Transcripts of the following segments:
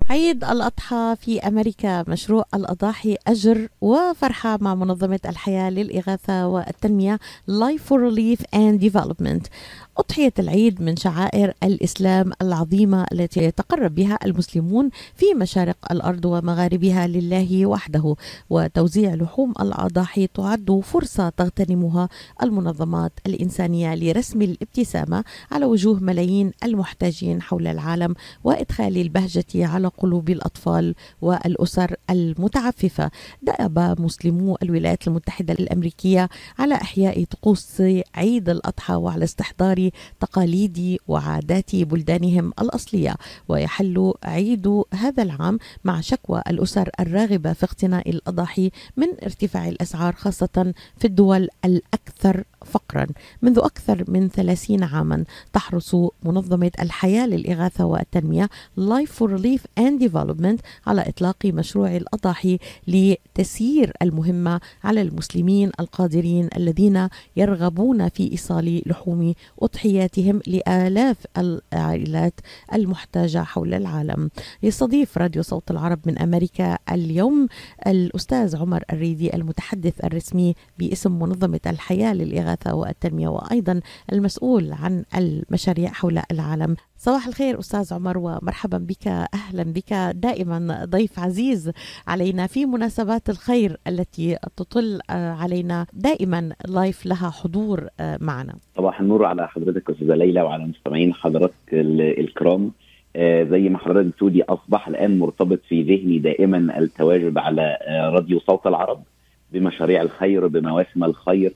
عيد الأضحى في أمريكا، مشروع الأضاحي أجر وفرحة مع منظمة الحياة للإغاثة والتنمية Life for Relief and Development. أضحية العيد من شعائر الإسلام العظيمة التي يتقرب بها المسلمون في مشارق الأرض ومغاربها لله وحده، وتوزيع لحوم الأضاحي تعد فرصة تغتنمها المنظمات الإنسانية لرسم الابتسامة على وجوه ملايين المحتاجين حول العالم، وإدخال البهجة على قلوب الأطفال والأسر المتعففة. دأب مسلمو الولايات المتحدة الأمريكية على إحياء طقوس عيد الأضحى وعلى استحضار تقاليد وعادات بلدانهم الأصلية، ويحل عيد هذا العام مع شكوى الأسر الراغبة في اقتناء الأضاحي من ارتفاع الأسعار، خاصة في الدول الأكثر فقرا. منذ أكثر من 30 عاما تحرص منظمة الحياة للإغاثة والتنمية Life for Relief and Development على إطلاق مشروع الأضاحي لتسيير المهمة على المسلمين القادرين الذين يرغبون في إيصال لحوم أضحياتهم لآلاف العائلات المحتاجة حول العالم. يستضيف راديو صوت العرب من أمريكا اليوم الأستاذ عمر الريدي، المتحدث الرسمي باسم منظمة الحياة للإغاثة والتنمية وأيضا المسؤول عن المشاريع حول العالم. صباح الخير أستاذ عمر ومرحبا بك، أهلا بك، دائما ضيف عزيز علينا في مناسبات الخير التي تطل علينا دائما لايف لها حضور معنا. صباح النور على حضرتك أستاذة ليلى وعلى مستمعين حضرتك الكرام. زي ما حضرتك بتقولي أصبح الآن مرتبط في ذهني دائما التواجد على راديو صوت العرب بمشاريع الخير بمواسم الخير،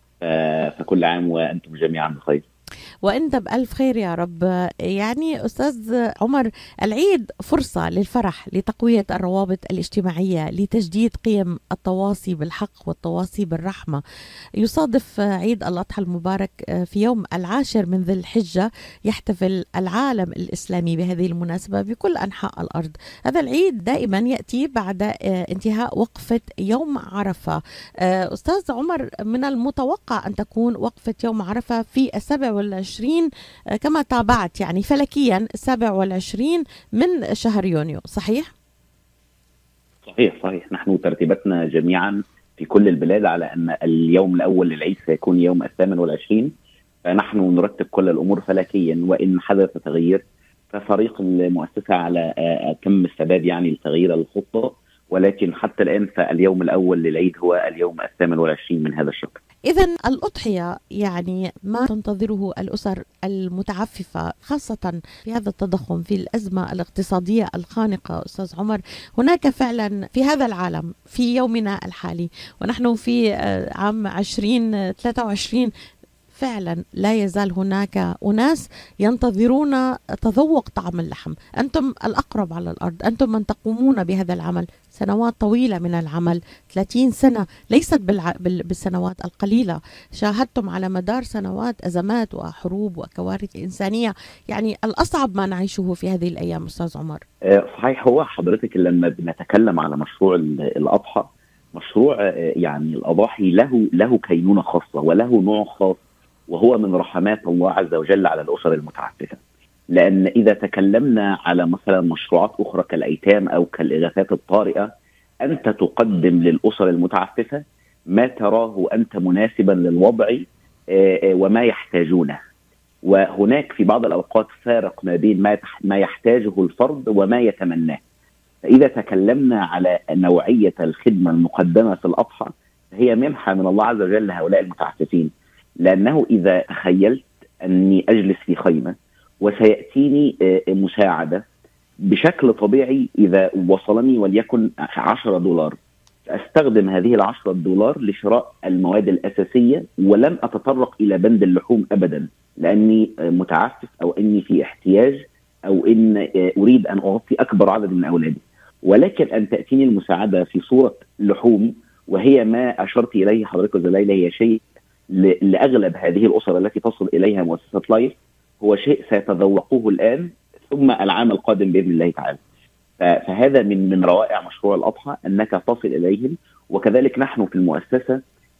فكل عام وأنتم جميعا بخير. وأنت بألف خير يا رب. يعني أستاذ عمر، العيد فرصة للفرح، لتقوية الروابط الاجتماعية، لتجديد قيم التواصي بالحق والتواصي بالرحمة. يصادف عيد الأضحى المبارك في يوم 10 من ذي الحجة، يحتفل العالم الإسلامي بهذه المناسبة بكل أنحاء الأرض. هذا العيد دائما يأتي بعد انتهاء وقفة يوم عرفة. أستاذ عمر، من المتوقع أن تكون وقفة يوم عرفة في 27 كما تابعت يعني فلكيا 27 من شهر يونيو، صحيح؟ صحيح. نحن ترتيباتنا جميعا في كل البلاد على أن اليوم الأول للعيد سيكون يوم 28، فنحن نرتب كل الأمور فلكيا، وإن حدث تغيير ففريق المؤسسة على تم السداد يعني لتغيير الخطة، ولكن حتى الآن فاليوم الأول للعيد هو اليوم 28 من هذا الشهر. إذن الأضحية يعني ما تنتظره الأسر المتعففة خاصة في هذا التضخم، في الأزمة الاقتصادية الخانقة. أستاذ عمر، هناك فعلا في هذا العالم في يومنا الحالي ونحن في عام 2023 فعلا لا يزال هناك أناس ينتظرون تذوق طعم اللحم. أنتم الأقرب على الأرض، أنتم من تقومون بهذا العمل سنوات طويلة من العمل، 30 سنة ليست بالسنوات القليلة. شاهدتم على مدار سنوات أزمات وحروب وكوارث إنسانية، يعني الأصعب ما نعيشه في هذه الأيام. أستاذ عمر، صحيح. هو حضرتك لما بنتكلم على مشروع الأضحى، مشروع يعني الأضاحي له كينونة خاصة وله نوع خاص، وهو من رحمات الله عز وجل على الأسر المتعففة. لأن إذا تكلمنا على مثلا مشروعات أخرى كالأيتام أو كالإغاثات الطارئة، أنت تقدم للأسر المتعففة ما تراه أنت مناسبا للوضع وما يحتاجونه، وهناك في بعض الأوقات فارق ما بين ما يحتاجه الفرد وما يتمناه. فإذا تكلمنا على نوعية الخدمة المقدمة في الأضحى، هي منحة من الله عز وجل لهؤلاء المتعففين. لأنه إذا تخيلت أني أجلس في خيمة وسيأتيني مساعدة بشكل طبيعي، إذا وصلني وليكن $10، أستخدم هذه $10 لشراء المواد الأساسية، ولن أتطرق إلى بند اللحوم أبدا، لأني متعفف أو أني في احتياج أو أن أريد أن أغطي أكبر عدد من أولادي. ولكن أن تأتيني المساعدة في صورة لحوم، وهي ما أشرت إليه حضرتك زليلة، هي شيء لأغلب هذه الأسر التي تصل إليها مؤسسة لايف، هو شيء سيتذوقوه الآن ثم العام القادم بإذن الله تعالى. فهذا من روائع مشروع الأضحى أنك تصل إليهم. وكذلك نحن في المؤسسة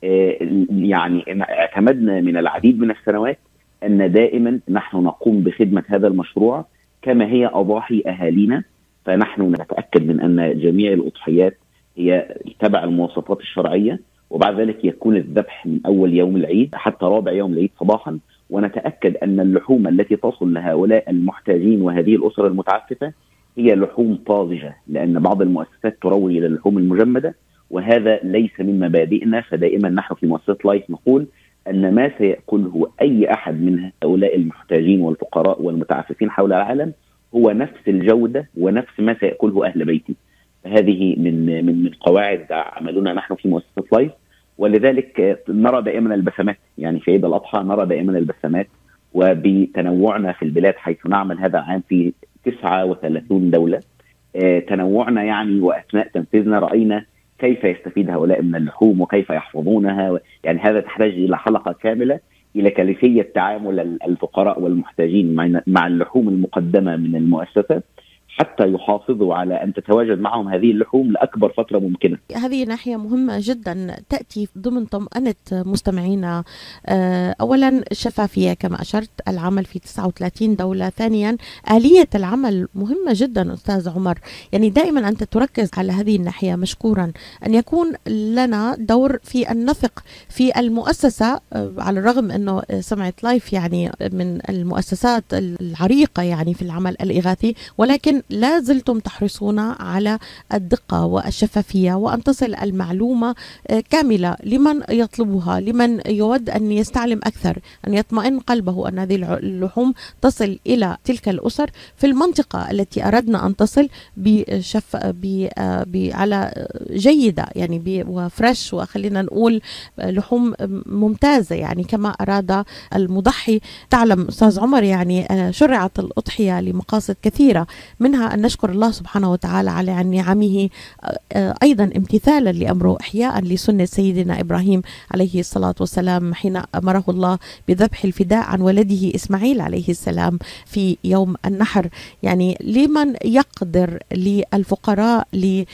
يعني اعتمدنا من العديد من السنوات أن دائما نحن نقوم بخدمة هذا المشروع كما هي أضاحي أهالينا فنحن نتأكد من أن جميع الأضحيات هي تبع المواصفات الشرعية، وبعد ذلك يكون الذبح من أول يوم العيد حتى رابع يوم العيد صباحا. ونتأكد أن اللحوم التي تصل لهؤلاء المحتاجين وهذه الأسر المتعففة هي لحوم طازجة، لأن بعض المؤسسات تروج إلى اللحوم المجمدة، وهذا ليس من مبادئنا. فدائما نحن في مؤسسة لايف نقول أن ما سيأكله أي أحد من هؤلاء المحتاجين والفقراء والمتعففين حول العالم هو نفس الجودة ونفس ما سيأكله أهل بيتي. هذه من قواعد عملنا نحن في مؤسسة لايف، ولذلك نرى دائما البسمات. يعني في عيد الأضحى نرى دائما البسمات، وبتنوعنا في البلاد حيث نعمل هذا العام في 39 دولة، تنوعنا يعني وأثناء تنفيذنا رأينا كيف يستفيد هؤلاء من اللحوم وكيف يحفظونها. يعني هذا تحتاج إلى حلقة كاملة إلى كيفية تعامل الفقراء والمحتاجين مع اللحوم المقدمة من المؤسسة حتى يحافظوا على أن تتواجد معهم هذه اللحوم لأكبر فترة ممكنة. هذه ناحية مهمة جدا تأتي ضمن طمأنة مستمعينا. أولا الشفافية كما أشرت، العمل في 39 دولة. ثانيا آلية العمل مهمة جدا أستاذ عمر، يعني دائما أنت تركز على هذه الناحية مشكورا، أن يكون لنا دور في النفق في المؤسسة، على الرغم أنه سمعة لايف يعني من المؤسسات العريقة يعني في العمل الإغاثي، ولكن لا زلتم تحرصون على الدقة والشفافية، وأن تصل المعلومة كاملة لمن يطلبها، لمن يود أن يستعلم أكثر، أن يطمئن قلبه أن هذه اللحوم تصل إلى تلك الأسر في المنطقة التي أردنا أن تصل على جيدة يعني وفريش، وخلينا نقول لحوم ممتازة يعني كما أراد المضحي. تعلم أستاذ عمر يعني شرعت الأضحية لمقاصد كثيرة، منها أن نشكر الله سبحانه وتعالى على نعمه، أيضا امتثالا لأمره، إحياء لسنة سيدنا إبراهيم عليه الصلاة والسلام حين أمره الله بذبح الفداء عن ولده إسماعيل عليه السلام في يوم النحر. يعني لمن يقدر، للفقراء،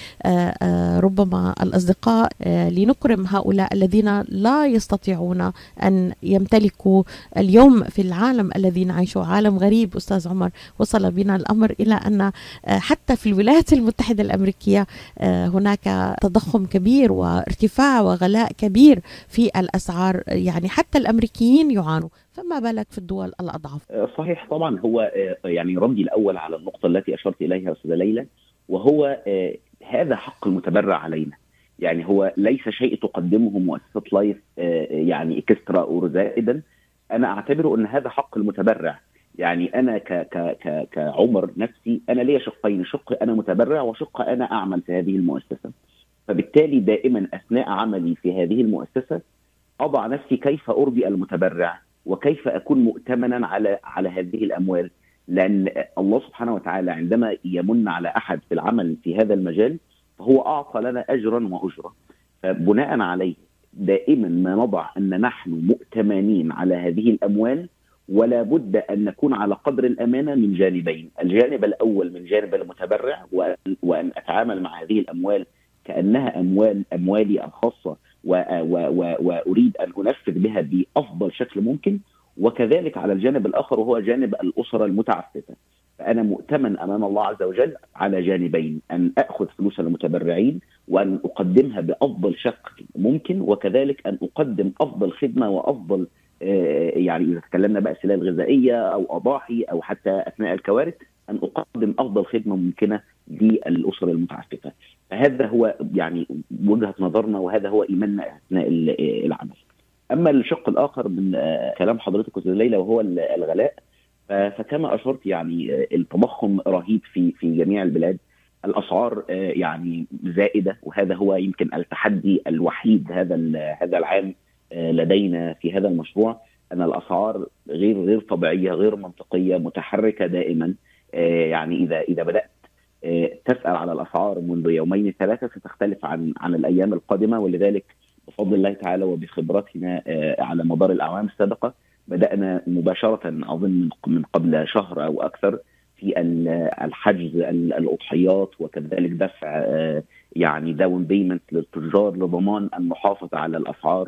لربما الأصدقاء، لنكرم هؤلاء الذين لا يستطيعون أن يمتلكوا اليوم في العالم الذي نعيشه، عالم غريب أستاذ عمر. وصل بنا الأمر إلى أن حتى في الولايات المتحدة الأمريكية هناك تضخم كبير وارتفاع وغلاء كبير في الأسعار، يعني حتى الأمريكيين يعانوا، فما بالك في الدول الأضعف؟ صحيح طبعا. هو يعني ردي الأول على النقطة التي أشرت إليها أستاذة ليلى، وهو هذا حق المتبرع علينا. يعني هو ليس شيء تقدمه مؤسسة لايف يعني إكسترا أو زائدا. أنا أعتبر أن هذا حق المتبرع. يعني أنا كعمر نفسي أنا لي شقين، شق أنا متبرع وشق أنا أعمل في هذه المؤسسة. فبالتالي دائما أثناء عملي في هذه المؤسسة أضع نفسي كيف أرضي المتبرع وكيف أكون مؤتمنا على هذه الأموال، لأن الله سبحانه وتعالى عندما يمن على أحد في العمل في هذا المجال فهو أعطى لنا أجرا وأجرة. فبناء عليه دائما ما نضع أن نحن مؤتمنين على هذه الأموال، ولا بد أن نكون على قدر الأمانة من جانبين. الجانب الأول من جانب المتبرع، وأن أتعامل مع هذه الأموال كأنها أموالي الخاصة، وأريد أن أنفذ بها بأفضل شكل ممكن. وكذلك على الجانب الآخر وهو جانب الأسرة المتعففة، فأنا مؤتمن أمام الله عز وجل على جانبين، أن أخذ فلوس المتبرعين وأن أقدمها بأفضل شكل ممكن، وكذلك أن أقدم أفضل خدمة وأفضل يعني إذا تكلمنا بقى سلال غذائية أو أضاحي أو حتى أثناء الكوارث أن أقدم أفضل خدمة ممكنة للأسرة المتعففة. فهذا هو يعني وجهة نظرنا، وهذا هو إيماننا أثناء العمل. أما الشق الآخر من كلام حضرتك أستاذ ليلى وهو الغلاء، فكما أشرت يعني التضخم رهيب في جميع البلاد. الأسعار يعني زائدة، وهذا هو يمكن التحدي الوحيد هذا العام لدينا في هذا المشروع، أن الأسعار غير طبيعية، غير منطقية، متحركة دائما. يعني إذا بدأت تسأل على الأسعار منذ يومين ثلاثة ستختلف عن الأيام القادمة. ولذلك بفضل الله تعالى وبخبرتنا على مدار الأعوام السابقة بدأنا مباشرة أظن من قبل شهر أو أكثر في الحجز الأضحيات، وكذلك دفع يعني داون بيمنت للتجار لضمان أن نحافظ على الأسعار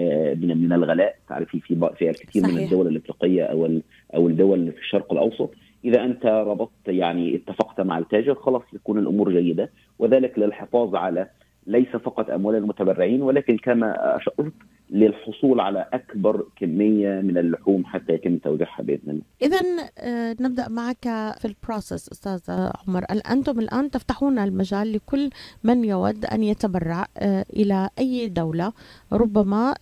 من الغلاء. تعرفي في الكثير من الدول الافريقيه او الدول اللي في الشرق الاوسط إذا أنت ربطت يعني اتفقت مع التاجر خلاص تكون الأمور جيدة، وذلك للحفاظ على ليس فقط أموال المتبرعين ولكن كما أشرت للحصول على أكبر كمية من اللحوم حتى يتم توزيعها بإذن الله. إذا نبدأ معك في البروسيس أستاذ عمر. أنتم الآن تفتحون المجال لكل من يود أن يتبرع إلى أي دولة. ربما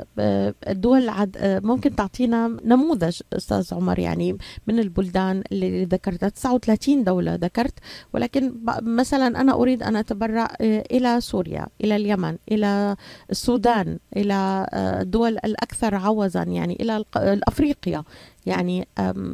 الدول ممكن تعطينا نموذج أستاذ عمر، يعني من البلدان اللي ذكرتها 39 دولة ذكرت، ولكن مثلا أنا أريد أن أتبرع إلى سوريا، إلى اليمن، إلى السودان، إلى الدول الأكثر عوزا، يعني إلى أفريقيا. يعني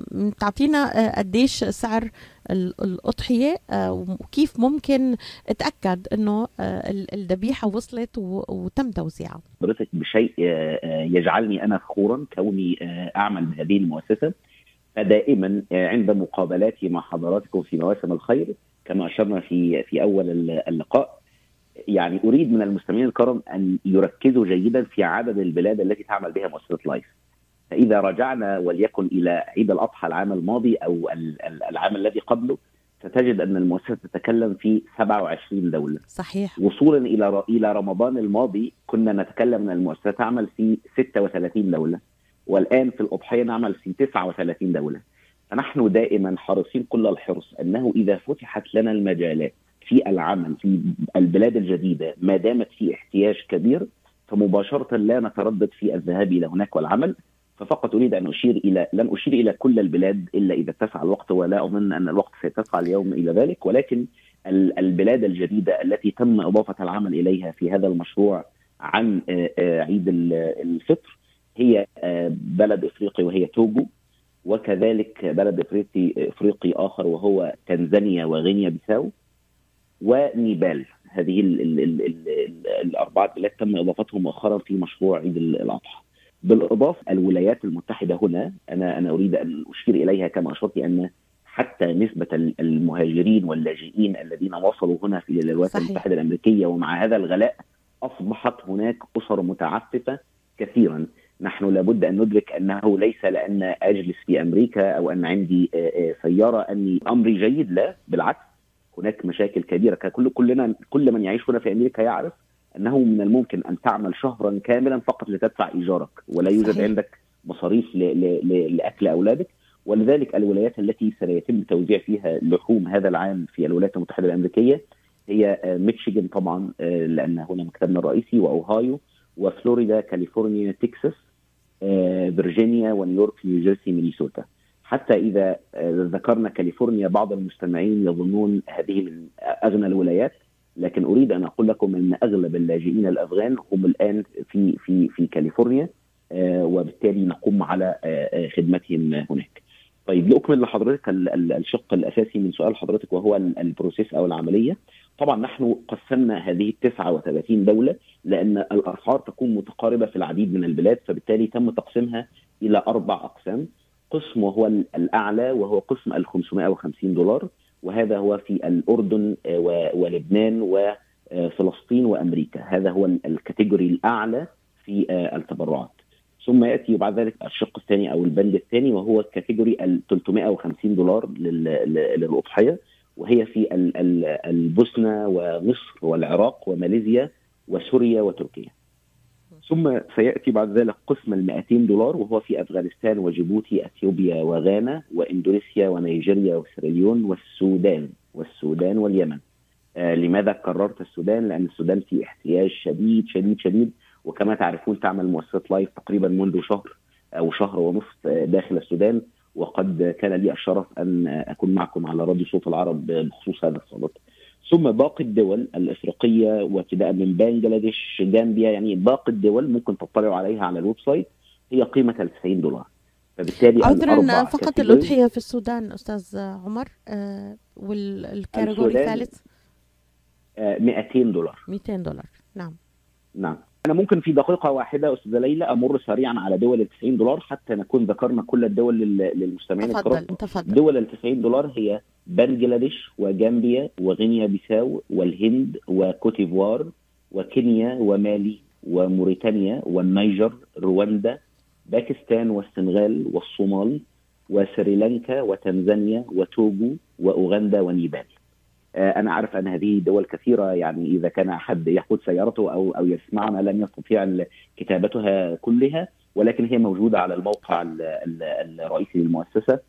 تعطينا قديش سعر الأضحية وكيف ممكن اتأكد أنه الذبيحة وصلت وتم توزيعها؟ حضرتك بشيء يجعلني أنا فخورا كوني أعمل بهذه المؤسسة. فدائما عند مقابلاتي مع حضراتكم في مواسم الخير كما أشرنا في أول اللقاء، يعني أريد من المستمعين الكرام أن يركزوا جيدا في عدد البلاد التي تعمل بها مؤسسة لايف. فإذا رجعنا وليكن إلى عيد الأضحى العام الماضي أو العام الذي قبله، ستجد أن المؤسسة تتكلم في 27 دولة. صحيح. وصولا إلى رمضان الماضي كنا نتكلم أن المؤسسة تعمل في 36 دولة، والآن في الأضحية نعمل في 39 دولة. فنحن دائما حريصين كل الحرص أنه إذا فتحت لنا المجالات في العمل في البلاد الجديدة ما دامت في احتياج كبير فمباشرة لا نتردد في الذهاب إلى هناك والعمل. ففقط أريد أن لن أشير إلى كل البلاد إلا إذا اتسع الوقت، ولا أظن أن الوقت سيتسع اليوم إلى ذلك، ولكن البلاد الجديدة التي تم إضافة العمل إليها في هذا المشروع عن عيد الفطر هي بلد إفريقي وهي توجو، وكذلك بلد إفريقي آخر وهو تنزانيا وغينيا بيساو ونيبال. هذه الأربعة بلاد تم إضافتهم مؤخرا في مشروع عيد الأضحى. بالإضافة الولايات المتحدة هنا أنا أريد أن أشير إليها كما أشرت أن حتى نسبة المهاجرين واللاجئين الذين وصلوا هنا في الولايات المتحدة الأمريكية ومع هذا الغلاء أصبحت هناك أسر متعففة كثيرا. نحن لابد أن ندرك أنه ليس لأن أجلس في أمريكا أو أن عندي سيارة أني أمري جيد، لا بالعكس، هناك مشاكل كبيرة. كل من يعيش هنا في أمريكا يعرف أنه من الممكن أن تعمل شهرا كاملا فقط لتدفع إيجارك ولا يوجد صحيح. عندك مصاريف لأكل أولادك. ولذلك الولايات التي سيتم توزيع فيها لحوم هذا العام في الولايات المتحدة الأمريكية هي ميشيغان طبعا لأن هنا مكتبنا الرئيسي، وأوهايو، وفلوريدا، كاليفورنيا، تكساس، فيرجينيا، ونيويورك، نيوجيرسي، مينيسوتا. حتى إذا ذكرنا كاليفورنيا بعض المستمعين يظنون هذه من أغنى الولايات، لكن أريد أن أقول لكم أن أغلب اللاجئين الأفغان هم الآن في كاليفورنيا، وبالتالي نقوم على خدمتهم هناك. طيب لأكمل لحضرتك الشق الأساسي من سؤال حضرتك وهو البروسيس أو العملية. طبعا نحن قسمنا هذه 39 دولة لأن الأسعار تكون متقاربة في العديد من البلاد، فبالتالي تم تقسيمها إلى 4 أقسام. قسم وهو الأعلى وهو قسم $550، وهذا هو في الأردن ولبنان وفلسطين وأمريكا. هذا هو الكاتيجوري الأعلى في التبرعات. ثم يأتي بعد ذلك الشق الثاني أو البند الثاني وهو كاتيجوري $350 للأضحية، وهي في البوسنة ومصر والعراق وماليزيا وسوريا وتركيا. ثم سيأتي بعد ذلك قسم $200 وهو في أفغانستان وجيبوتي، أثيوبيا وغانا وإندونيسيا ونيجيريا وسيراليون والسودان واليمن. لماذا قررت السودان؟ لأن السودان في احتياج شديد شديد شديد، وكما تعرفون تعمل مؤسسة لايف تقريبا منذ شهر أو شهر ونصف داخل السودان، وقد كان لي الشرف أن أكون معكم على راديو صوت العرب بخصوص هذا الصدد. ثم باقي الدول الإفريقية وابتداء من بنغلاديش، جامبيا، يعني باقي الدول ممكن تطلعوا عليها على الويب سايت، هي قيمة $90. فبالتالي عذرا فقط الأضحية في السودان أستاذ عمر والكاتيجوري الثالث $200. $200. نعم. أنا ممكن في دقيقة واحدة أستاذة ليلى أمر سريعا على دول $90 حتى نكون ذكرنا كل الدول للمستمعين الكرام. دول $90 هي بنغلاديش وجامبيا وغينيا بيساو والهند وكوتيفوار وكينيا ومالي وموريتانيا والنيجر، رواندا، باكستان والسنغال والصومال، وسريلانكا وتنزانيا وتوغو وأوغندا ونيبال. أنا أعرف أن هذه دول كثيرة، يعني إذا كان أحد يقود سيارته أو يسمعنا لن يستطيع كتابتها كلها، ولكن هي موجودة على الموقع الرئيسي للمؤسسة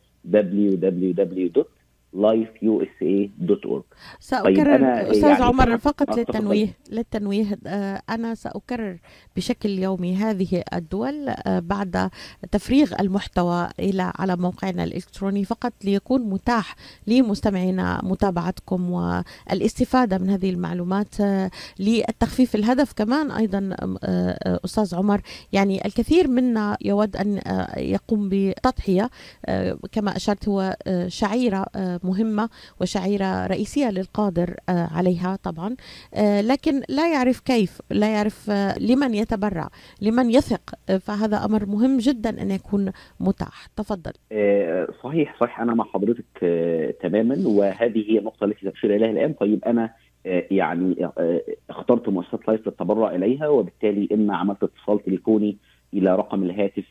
www.lifeusa.org. سأكرر أستاذ يعني عمر فقط للتنويه أنا سأكرر بشكل يومي هذه الدول بعد تفريغ المحتوى على موقعنا الإلكتروني، فقط ليكون متاح لمستمعينا متابعتكم والاستفادة من هذه المعلومات للتخفيف. الهدف كمان أيضا أستاذ عمر، يعني الكثير منا يود أن يقوم بتضحية كما أشرت، هو شعيرة مهمة وشعيرة رئيسية للقادر عليها طبعا، لكن لا يعرف كيف، لا يعرف لمن يتبرع، لمن يثق، فهذا أمر مهم جدا أن يكون متاح. تفضل. صحيح أنا مع حضرتك تماما، وهذه هي النقطة التي تشير إليها الآن. طيب أنا يعني اخترت مؤسسة لايف للتبرع إليها، وبالتالي إما عملت اتصال تليفوني إلى رقم الهاتف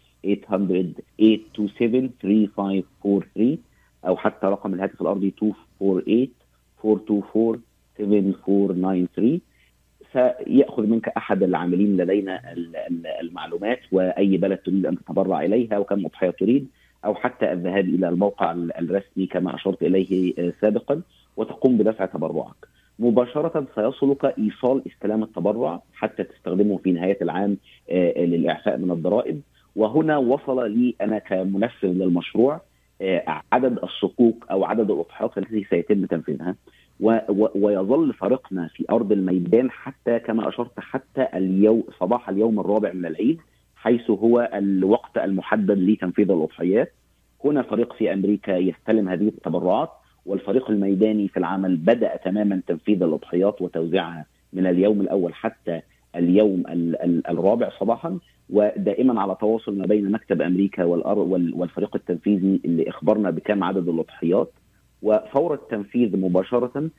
800-827-3543 أو حتى رقم الهاتف الأرضي 248-424-7493. سيأخذ منك أحد العاملين لدينا المعلومات وأي بلد تريد أن تتبرع إليها وكم أضحية تريد، أو حتى الذهاب إلى الموقع الرسمي كما أشرت إليه سابقا وتقوم بدفع تبرعك. مباشرة سيصلك إيصال استلام التبرع حتى تستخدمه في نهاية العام للإعفاء من الضرائب. وهنا وصل لي أنا كمنفذ للمشروع عدد الصكوك أو عدد الأضحيات التي سيتم تنفيذها، ويظل فريقنا في أرض الميدان حتى كما أشرت حتى صباح اليوم الرابع من العيد، حيث هو الوقت المحدد لتنفيذ الأضحيات. هنا فريق في أمريكا يستلم هذه التبرعات، والفريق الميداني في العمل بدأ تماما تنفيذ الأضحيات وتوزيعها من اليوم الأول حتى اليوم الرابع صباحا، ودائما على تواصل ما بين مكتب أمريكا والفريق التنفيذي اللي أخبرنا بكم عدد الأضحيات. وفور التنفيذ مباشرة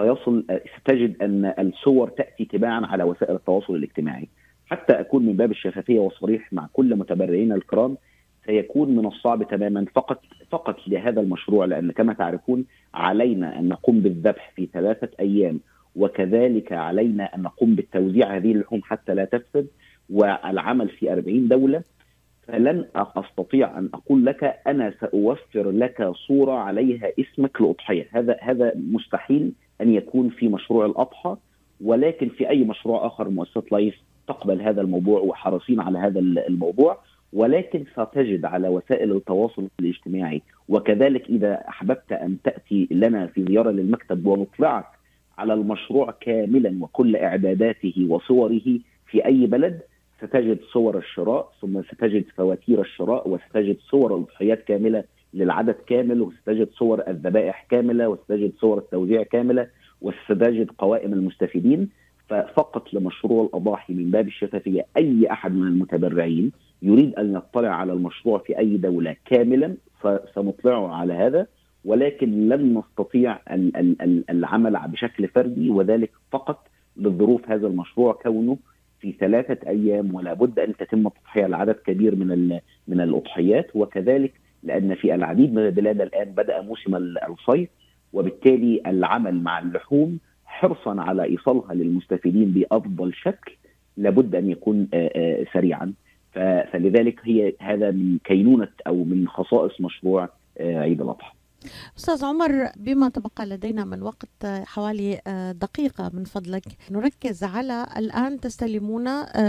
ستجد أن الصور تأتي تباعا على وسائل التواصل الاجتماعي. حتى أكون من باب الشفافية والصريح مع كل متبرعين الكرام، سيكون من الصعب تماما فقط لهذا المشروع، لأن كما تعرفون علينا أن نقوم بالذبح في 3 أيام، وكذلك علينا أن نقوم بالتوزيع هذه اللحوم حتى لا تفسد، والعمل في 40 دولة. فلن أستطيع أن أقول لك أنا سأوفر لك صورة عليها اسمك لأضحية، هذا مستحيل أن يكون في مشروع الأضحى. ولكن في أي مشروع آخر مؤسسة لايف تقبل هذا الموضوع وحريصين على هذا الموضوع. ولكن ستجد على وسائل التواصل الاجتماعي، وكذلك إذا أحببت أن تأتي لنا في زيارة للمكتب ونطلعك على المشروع كاملا وكل إعداداته وصوره في أي بلد، ستجد صور الشراء، ثم ستجد فواتير الشراء، وستجد صور الأضحيات كاملة للعدد كامل، وستجد صور الذبائح كاملة، وستجد صور التوزيع كاملة، وستجد قوائم المستفيدين. ففقط لمشروع الأضاحي من باب الشفافية، أي أحد من المتبرعين يريد أن يطلع على المشروع في أي دولة كاملا سنطلعه على هذا، ولكن لن نستطيع العمل بشكل فردي، وذلك فقط للظروف هذا المشروع كونه في 3 أيام، ولا بد أن تتم تضحية لعدد كبير من الأضحيات. وكذلك لأن في العديد من البلاد الآن بدأ موسم الصيف، وبالتالي العمل مع اللحوم حرصا على إيصالها للمستفيدين بأفضل شكل لابد أن يكون سريعا. فلذلك هذا من كينونة أو من خصائص مشروع عيد الأضحى. أستاذ عمر، بما تبقى لدينا من وقت حوالي دقيقة، من فضلك نركز على الآن تستلمون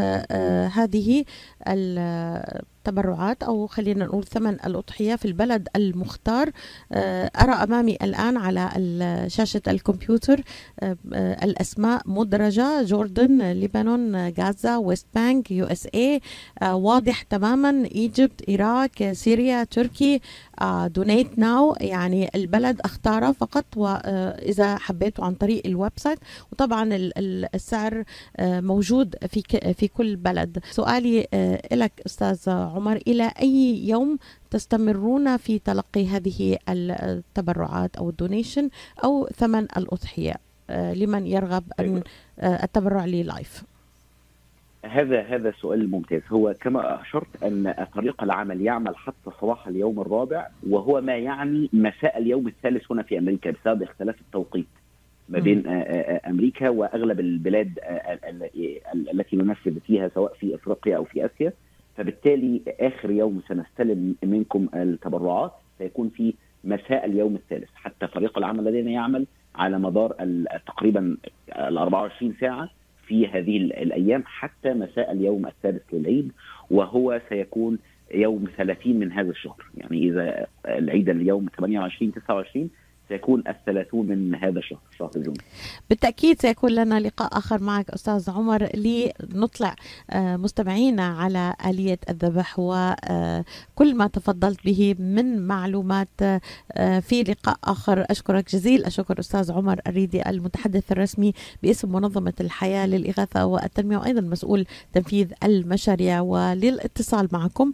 هذه التبرعات، أو خلينا نقول ثمن الأضحية في البلد المختار. أرى أمامي الآن على شاشة الكمبيوتر الأسماء مدرجة: جوردن، لبنان، غازا، ويست بانك، USA، واضح تماما، إيجيبت، إيراك، سوريا، تركي، دونيت ناو. يعني البلد اختاره فقط، وإذا حبيتوا عن طريق الويب سايت، وطبعا السعر موجود في كل بلد. سؤالي لك أستاذ عمر، إلى أي يوم تستمرون في تلقي هذه التبرعات أو الدونيشن أو ثمن الأضحية لمن يرغب أن التبرع للايف؟ هذا سؤال ممتاز. هو كما أشرت أن فريق العمل يعمل حتى صباح اليوم الرابع، وهو ما يعني مساء اليوم الثالث هنا في أمريكا بسبب اختلاف التوقيت ما بين أمريكا وأغلب البلاد التي ننفذ فيها سواء في أفريقيا أو في آسيا. فبالتالي آخر يوم سنستلم منكم التبرعات سيكون في مساء اليوم الثالث. حتى فريق العمل لدينا يعمل على مدار تقريبا 24 ساعة في هذه الأيام حتى مساء اليوم الثالث للعيد، وهو سيكون يوم 30 من هذا الشهر. يعني إذا العيد اليوم 28-29 سيكون 30 من هذا الشهر، شهر جون. بالتأكيد سيكون لنا لقاء آخر معك أستاذ عمر لنطلع مستمعينا على آلية الذبح وكل ما تفضلت به من معلومات في لقاء آخر. أشكرك جزيل الشكر أستاذ عمر الريدي، المتحدث الرسمي باسم منظمة الحياة للإغاثة والتنمية، وأيضا مسؤول تنفيذ المشاريع. وللاتصال معكم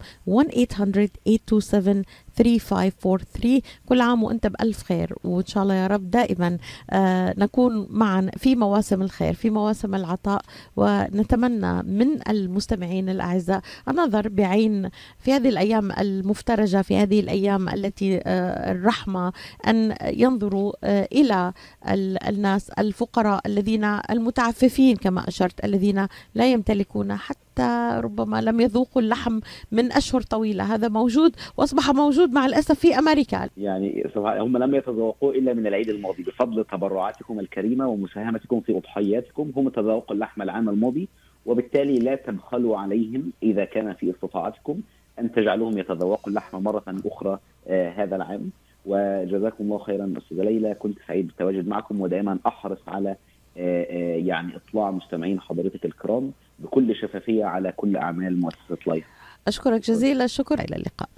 1-800-827-3543. كل عام وأنت بألف خير، وإن شاء الله يا رب دائما نكون معا في مواسم الخير، في مواسم العطاء. ونتمنى من المستمعين الأعزاء النظر بعين في هذه الأيام المفترجة، في هذه الأيام التي الرحمة، أن ينظروا إلى الناس الفقراء الذين المتعففين كما أشرت، الذين لا يمتلكون حتى ربما لم يذوقوا اللحم من أشهر طويلة. هذا موجود وأصبح موجود مع الأسف في أمريكا. يعني هم لم يتذوقوا إلا من العيد الماضي بفضل تبرعاتكم الكريمة ومساهمتكم في أضحياتكم. هم تذوقوا اللحم العام الماضي، وبالتالي لا تبخلوا عليهم إذا كان في استطاعتكم أن تجعلوهم يتذوقوا اللحم مرة أخرى هذا العام. وجزاكم الله خيرا أستاذة ليلى، كنت سعيد بالتواجد معكم، ودائما أحرص على يعني إطلاع مستمعين حضرتك الكرام بكل شفافية على كل أعمال مؤسسة لايف. أشكرك جزيلا الشكر، إلى اللقاء.